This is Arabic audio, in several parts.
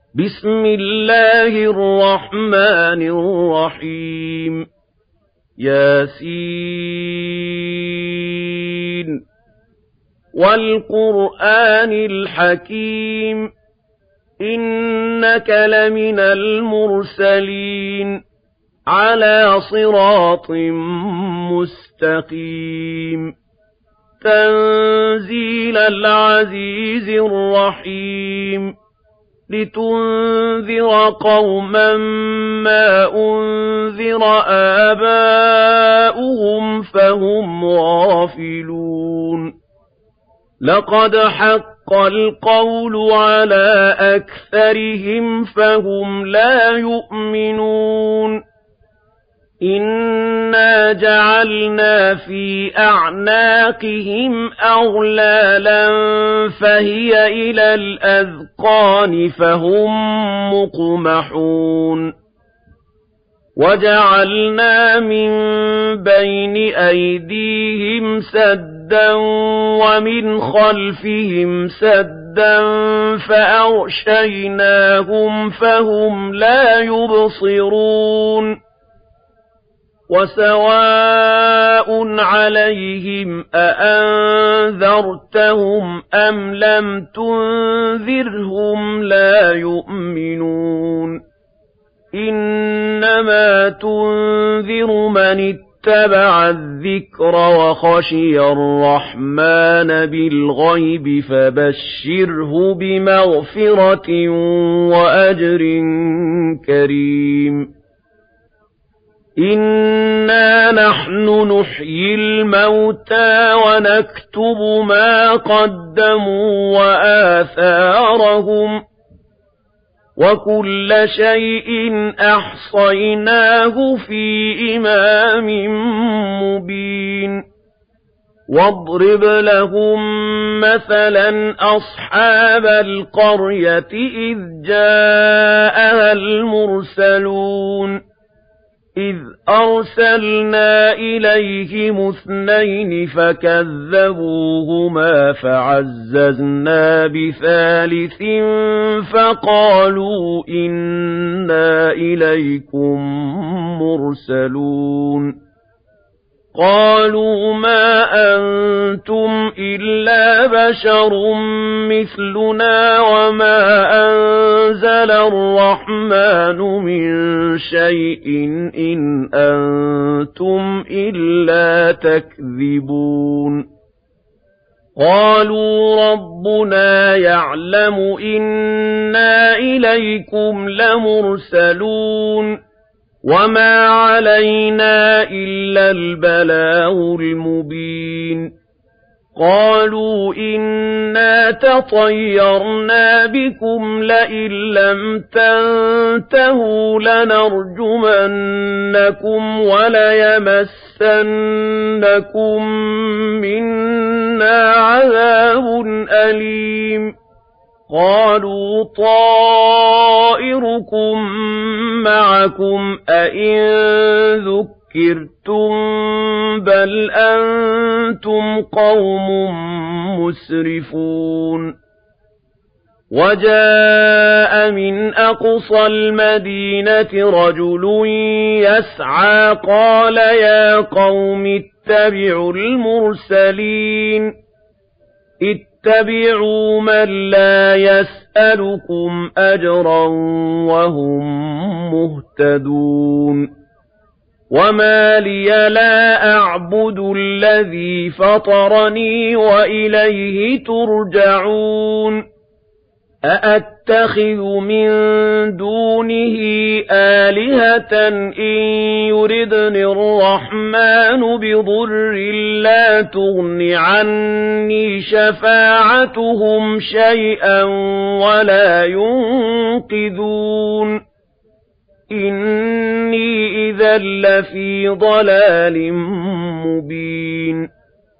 بسم الله الرحمن الرحيم ياسين والقرآن الحكيم إنك لمن المرسلين على صراط مستقيم تنزيل العزيز الرحيم لتنذر قوما ما أنذر آباؤهم فهم غافلون لقد حق القول على أكثرهم فهم لا يؤمنون إنا جعلنا في أعناقهم أغلالا فهي إلى الأذقان فهم مقمحون وجعلنا من بين أيديهم سدا ومن خلفهم سدا فأغشيناهم فهم لا يبصرون وسواء عليهم أأنذرتهم أم لم تنذرهم لا يؤمنون إنما تنذر من اتبع الذكر وخشي الرحمن بالغيب فبشره بمغفرة وأجر كريم إنا نحن نحيي الموتى ونكتب ما قدموا وآثارهم وكل شيء أحصيناه في إمام مبين واضرب لهم مثلا أصحاب القرية إذ جاءها المرسلون إذ أرسلنا إليهم 2 فكذبوهما فعززنا بثالث فقالوا إنا إليكم مرسلون قالوا ما أنتم إلا بشر مثلنا وما أنزل الرحمن من شيء إن أنتم إلا تكذبون قالوا ربنا يعلم إنا إليكم لمرسلون وما علينا إلا البلاغ المبين قالوا إنا تطيرنا بكم لئن لم تنتهوا لنرجمنكم وليمسنكم منا عذاب أليم قالوا طائركم معكم أئن ذكرتم بل أنتم قوم مسرفون وجاء من أقصى المدينة رجل يسعى قال يا قوم اتبعوا المرسلين اتبعوا من لا يسألكم أجرا وهم مهتدون وما لي لا أعبد الذي فطرني وإليه ترجعون أأتخذ من دونه آلهة إن يردني الرحمن بضر لا تغن عني شفاعتهم شيئا ولا ينقذون إني إذا لفي ضلال مبين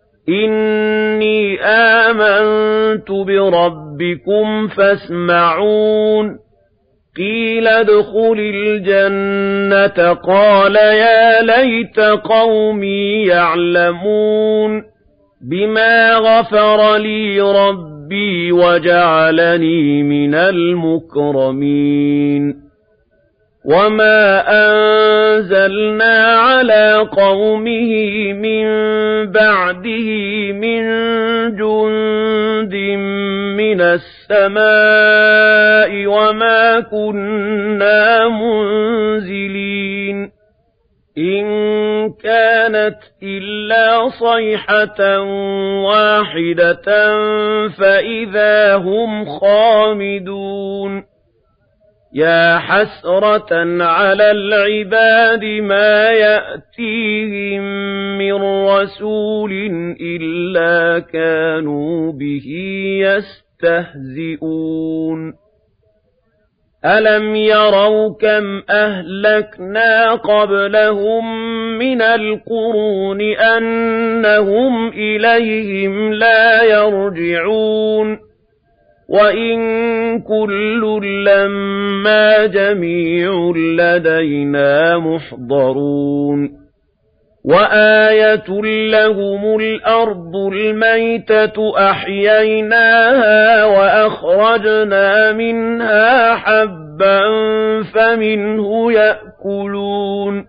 إني آمنت بربكم فاسمعون قيل ادخل الجنة قال يا ليت قومي يعلمون بما غفر لي ربي رَبِّي وَجَعَلَنِي مِنَ الْمُكْرَمِينَ وَمَا أَنزَلْنَا عَلَىٰ قَوْمِهِ مِن بَعْدِهِ مِن جُندٍ مِّنَ السَّمَاءِ وَمَا كُنَّا مُنزِلِينَ إِن كَانَتْ إِلَّا صَيْحَةً وَاحِدَةً فَإِذَا هُمْ خَامِدُونَ يَا حَسْرَةً عَلَى الْعِبَادِ مَا يَأْتِيهِم مِّن رَّسُولٍ إِلَّا كَانُوا بِهِ يَسْتَهْزِئُونَ أَلَمْ يَرَوْا كَمْ أَهْلَكْنَا قَبْلَهُم مِّنَ الْقُرُونِ أَنَّهُمْ إِلَيْهِمْ لَا يَرْجِعُونَ وَإِن كُلٌّ لَّمَّا جَمِيعٌ لَّدَيْنَا مُحْضَرُونَ وَآيَةٌ لَّهُمُ الْأَرْضُ الْمَيْتَةُ أَحْيَيْنَاهَا وَأَخْرَجْنَا مِنْهَا حَبًّا فَمِنْهُ يَأْكُلُونَ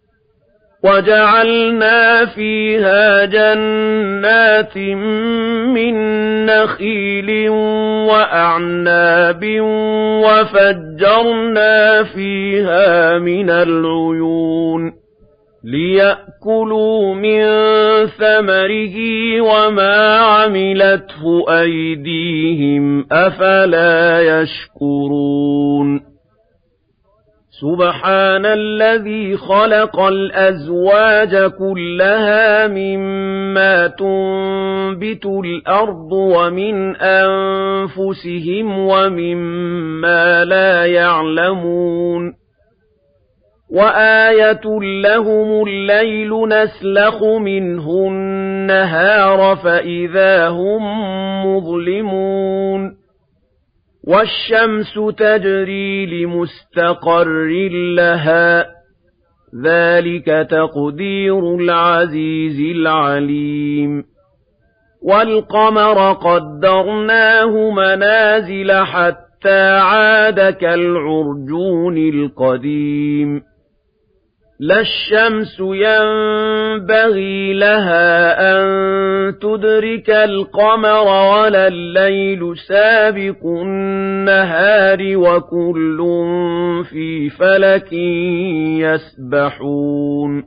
وَجَعَلْنَا فِيهَا جَنَّاتٍ مِّن نَّخِيلٍ وَأَعْنَابٍ وَفَجَّرْنَا فِيهَا مِنَ الْعُيُونِ لِيَأْكُلُوا مِن ثَمَرِهِ وَمَا عَمِلَتْهُ أَيْدِيهِمْ أَفَلَا يَشْكُرُونَ سُبْحَانَ الَّذِي خَلَقَ الْأَزْوَاجَ كُلَّهَا مِمَّا تُنبِتُ الْأَرْضُ وَمِنْ أَنفُسِهِمْ وَمِمَّا لَا يَعْلَمُونَ وَآيَةٌ لَّهُمُ اللَّيْلُ نَسْلَخُ مِنْهُ النَّهَارَ فَإِذَا هُم مُّظْلِمُونَ وَالشَّمْسُ تَجْرِي لِمُسْتَقَرٍّ لَّهَا ذَلِكَ تَقْدِيرُ الْعَزِيزِ الْعَلِيمِ وَالْقَمَرَ قَدَّرْنَاهُ مَنَازِلَ حَتَّىٰ عَادَ كَالْعُرْجُونِ الْقَدِيمِ لا الشَّمْسُ يَنبَغِي لَهَا أَن تُدْرِكَ الْقَمَرَ وَلَا اللَّيْلُ سَابِقُ النَّهَارِ وَكُلٌّ فِي فَلَكٍ يَسْبَحُونَ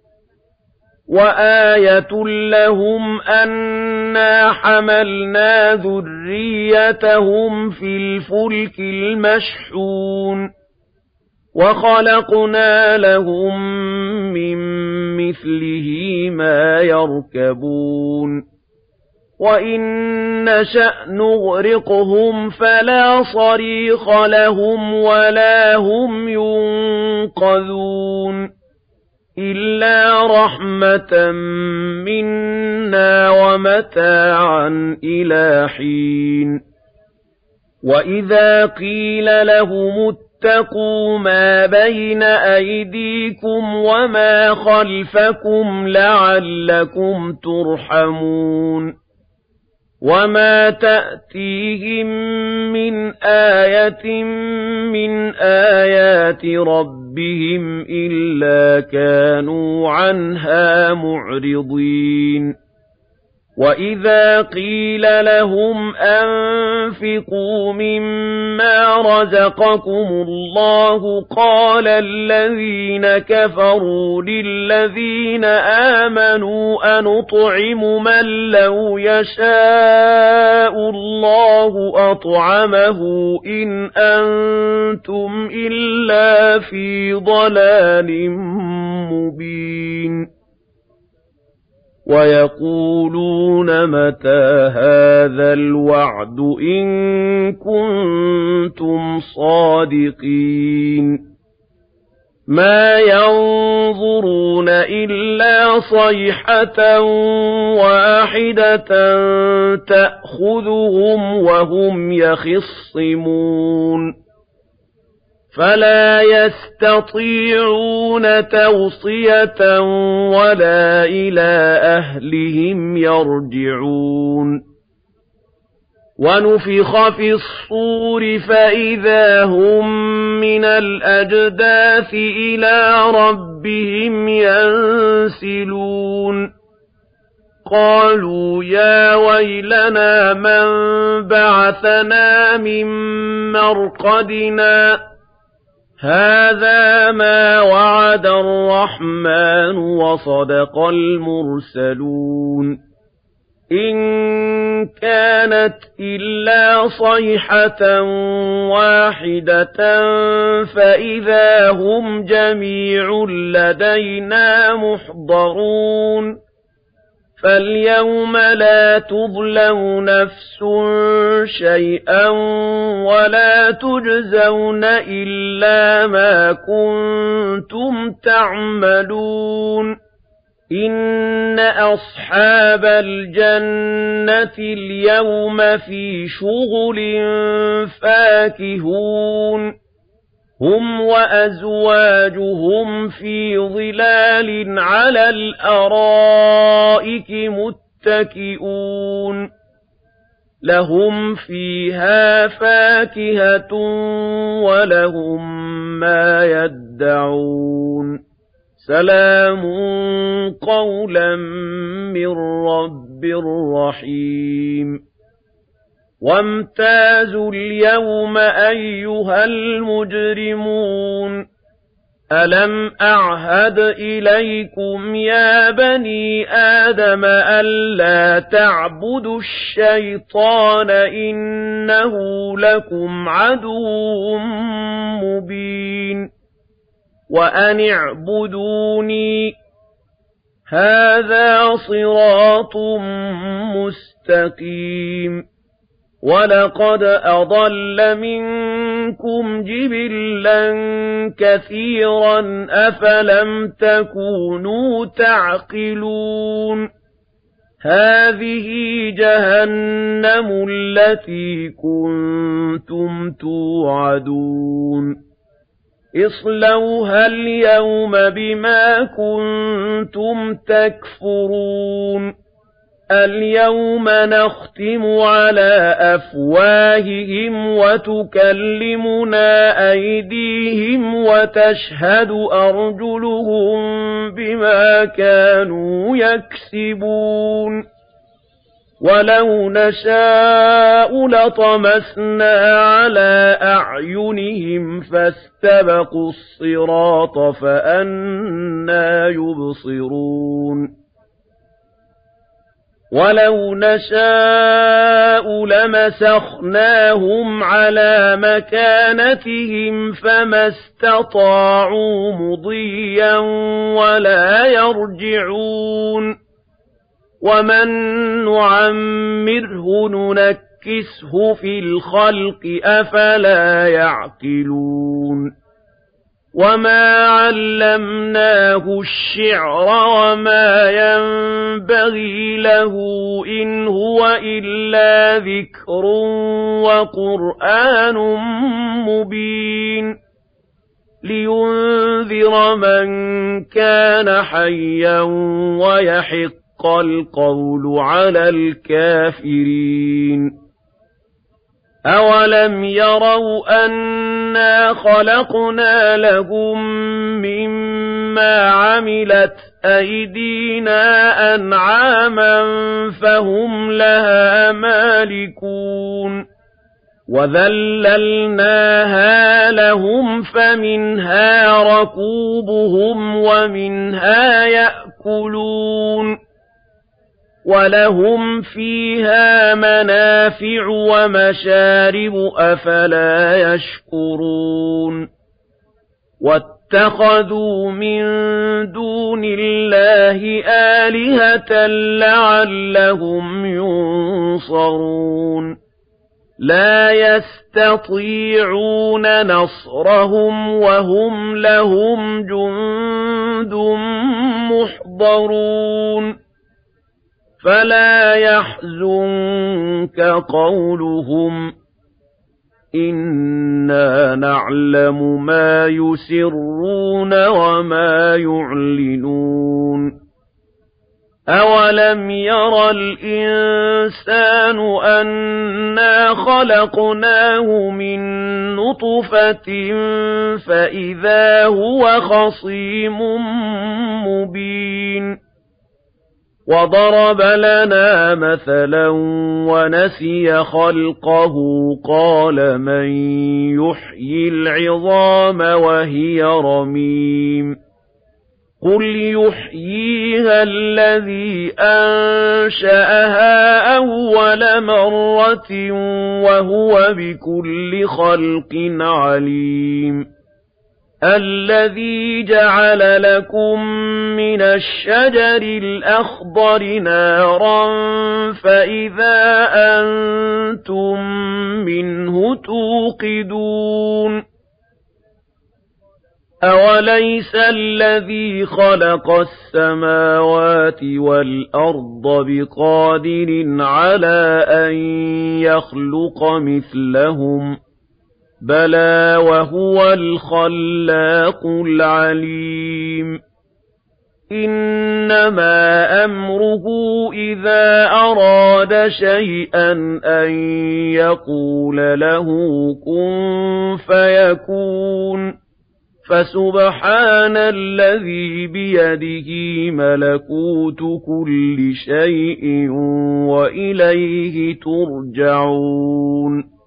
وَآيَةٌ لَّهُمْ أَنَّا حَمَلْنَا ذُرِّيَّتَهُمْ فِي الْفُلْكِ الْمَشْحُونِ وَخَلَقْنَا لَهُم مِّن مِّثْلِهِ مَا يَرْكَبُونَ وَإِن نَّشَأْ نُغْرِقْهُمْ فَلَا صَرِيخَ لَهُمْ وَلَا هُمْ يُنقَذُونَ إِلَّا رَحْمَةً مِّنَّا وَمَتَاعًا إِلَىٰ حِينٍ وَإِذَا قِيلَ لَهُمُ اتَّقُوا مَا بَيْنَ أَيْدِيكُمْ وَمَا خَلْفَكُمْ لَعَلَّكُمْ تُرْحَمُونَ وَمَا تَأْتِيهِم مِّنْ آيَةٍ مِّنْ آيَاتِ رَبِّهِمْ إِلَّا كَانُوا عَنْهَا مُعْرِضِينَ وَإِذَا قِيلَ لَهُمْ أَنفِقُوا مِمَّا رَزَقَكُمُ اللَّهُ قَالَ الَّذِينَ كَفَرُوا لِلَّذِينَ آمَنُوا أَنُطْعِمُ مَن لَّوْ يَشَاءُ اللَّهُ أَطْعَمَهُ إِنْ أَنتُمْ إِلَّا فِي ضَلَالٍ مُّبِينٍ وَيَقُولُونَ مَتَىٰ هَٰذَا الْوَعْدُ إِن كُنتُمْ صَادِقِينَ مَا يَنظُرُونَ إِلَّا صَيْحَةً وَاحِدَةً تَأْخُذُهُمْ وَهُمْ يَخِصِّمُونَ فَلَا يَسْتَطِيعُونَ تَوْصِيَةً وَلَا إِلَىٰ أَهْلِهِمْ يَرْجِعُونَ وَنُفِخَ فِي الصُّورِ فَإِذَا هُم مِّنَ الْأَجْدَاثِ إِلَىٰ رَبِّهِمْ يَنسِلُونَ قَالُوا يَا وَيْلَنَا مَن بَعَثَنَا مِن مَّرْقَدِنَا هَٰذَا مَا وَعَدَ الرَّحْمَٰنُ وَصَدَقَ الْمُرْسَلُونَ إِن كَانَتْ إِلَّا صَيْحَةً وَاحِدَةً فَإِذَا هُمْ جَمِيعٌ لَّدَيْنَا مُحْضَرُونَ فَالْيَوْمَ لَا تُظْلَمُ نَفْسٌ شَيْئًا وَلَا تُجْزَوْنَ إِلَّا مَا كُنتُمْ تَعْمَلُونَ إِنَّ أَصْحَابَ الْجَنَّةِ الْيَوْمَ فِي شُغُلٍ فَاكِهُونَ هُمْ وَأَزْوَاجُهُمْ فِي ظِلَالٍ عَلَى الْأَرَائِكِ مُتَّكِئُونَ لَهُمْ فِيهَا فَاكِهَةٌ وَلَهُم مَّا يَدَّعُونَ سَلَامٌ قَوْلًا مِّن رَّبٍّ رَّحِيمٍ وَامْتَازُوا الْيَوْمَ أَيُّهَا الْمُجْرِمُونَ أَلَمْ أَعْهَدْ إِلَيْكُمْ يَا بَنِي آدَمَ أَلَّا تَعْبُدُوا الشَّيْطَانَ إِنَّهُ لَكُمْ عَدُوٌّ مُّبِينٌ وَأَنِ اعْبُدُونِي هَٰذَا صِرَاطٌ مُّسْتَقِيمٌ وَلَقَدْ أَضَلَّ مِنكُمْ جِبِلًّا كَثِيرًا أَفَلَمْ تَكُونُوا تَعْقِلُونَ هَٰذِهِ جَهَنَّمُ الَّتِي كُنتُمْ تُوعَدُونَ اصْلَوْهَا الْيَوْمَ بِمَا كُنتُمْ تَكْفُرُونَ الْيَوْمَ نَخْتِمُ عَلَىٰ أَفْوَاهِهِمْ وَتُكَلِّمُنَا أَيْدِيهِمْ وَتَشْهَدُ أَرْجُلُهُم بِمَا كَانُوا يَكْسِبُونَ وَلَوْ نَشَاءُ لَطَمَسْنَا عَلَىٰ أَعْيُنِهِمْ فَاسْتَبَقُوا الصِّرَاطَ فَأَنَّىٰ يُبْصِرُونَ وَلَوْ نَشَاءُ لَمَسَخْنَاهُمْ عَلَىٰ مَكَانَتِهِمْ فَمَا اسْتَطَاعُوا مُضِيًّا وَلَا يَرْجِعُونَ وَمَن نُّعَمِّرْهُ نُنَكِّسْهُ فِي الْخَلْقِ أَفَلَا يَعْقِلُونَ وَمَا عَلَّمْنَاهُ الشِّعْرَ وَمَا يَنبَغِي لَهُ إِنْ هُوَ إِلَّا ذِكْرٌ وَقُرْآنٌ مُّبِينٌ لِيُنذِرَ مَن كَانَ حَيًّا وَيَحِقَّ الْقَوْلُ عَلَى الْكَافِرِينَ أَوَلَمْ يَرَوْا أَنَّا خَلَقْنَا لَهُم مِّمَّا عَمِلَتْ أَيْدِينَا أَنْعَامًا فَهُمْ لَهَا مَالِكُونَ وَذَلَّلْنَاهَا لَهُمْ فَمِنْهَا رَكُوبُهُمْ وَمِنْهَا يَأْكُلُونَ وَلَهُمْ فِيهَا مَنَافِعُ وَمَشَارِبُ أَفَلَا يَشْكُرُونَ وَاتَّخَذُوا مِن دُونِ اللَّهِ آلِهَةً لَّعَلَّهُمْ يُنصَرُونَ لَا يَسْتَطِيعُونَ نَصْرَهُمْ وَهُمْ لَهُمْ جُندٌ مُّحْضَرُونَ فَلَا يَحْزُنكَ قَوْلُهُمْ إِنَّا نَعْلَمُ مَا يُسِرُّونَ وَمَا يُعْلِنُونَ أَوَلَمْ يَرَ الْإِنسَانُ أَنَّا خَلَقْنَاهُ مِن نُّطْفَةٍ فَإِذَا هُوَ خَصِيمٌ مُّبِينٌ وَضَرَبَ لَنَا مَثَلًا وَنَسِيَ خَلْقَهُ قَالَ مَن يُحْيِي الْعِظَامَ وَهِيَ رَمِيمٌ قُلْ يُحْيِيهَا الَّذِي أَنشَأَهَا أَوَّلَ مَرَّةٍ وَهُوَ بِكُلِّ خَلْقٍ عَلِيمٌ الَّذِي جَعَلَ لَكُم مِّنَ الشَّجَرِ الْأَخْضَرِ نَارًا فَإِذَا أَنتُم مِّنْهُ تُوقِدُونَ أَوَلَيْسَ الَّذِي خَلَقَ السَّمَاوَاتِ وَالْأَرْضَ بِقَادِرٍ عَلَىٰ أَن يَخْلُقَ مِثْلَهُم ۚ بَلَىٰ وَهُوَ الْخَلَّاقُ الْعَلِيمُ إِنَّمَا أَمْرُهُ إِذَا أَرَادَ شَيْئًا أَن يَقُولَ لَهُ كُن فَيَكُونُ فَسُبْحَانَ الَّذِي بِيَدِهِ مَلَكُوتُ كُلِّ شَيْءٍ وَإِلَيْهِ تُرْجَعُونَ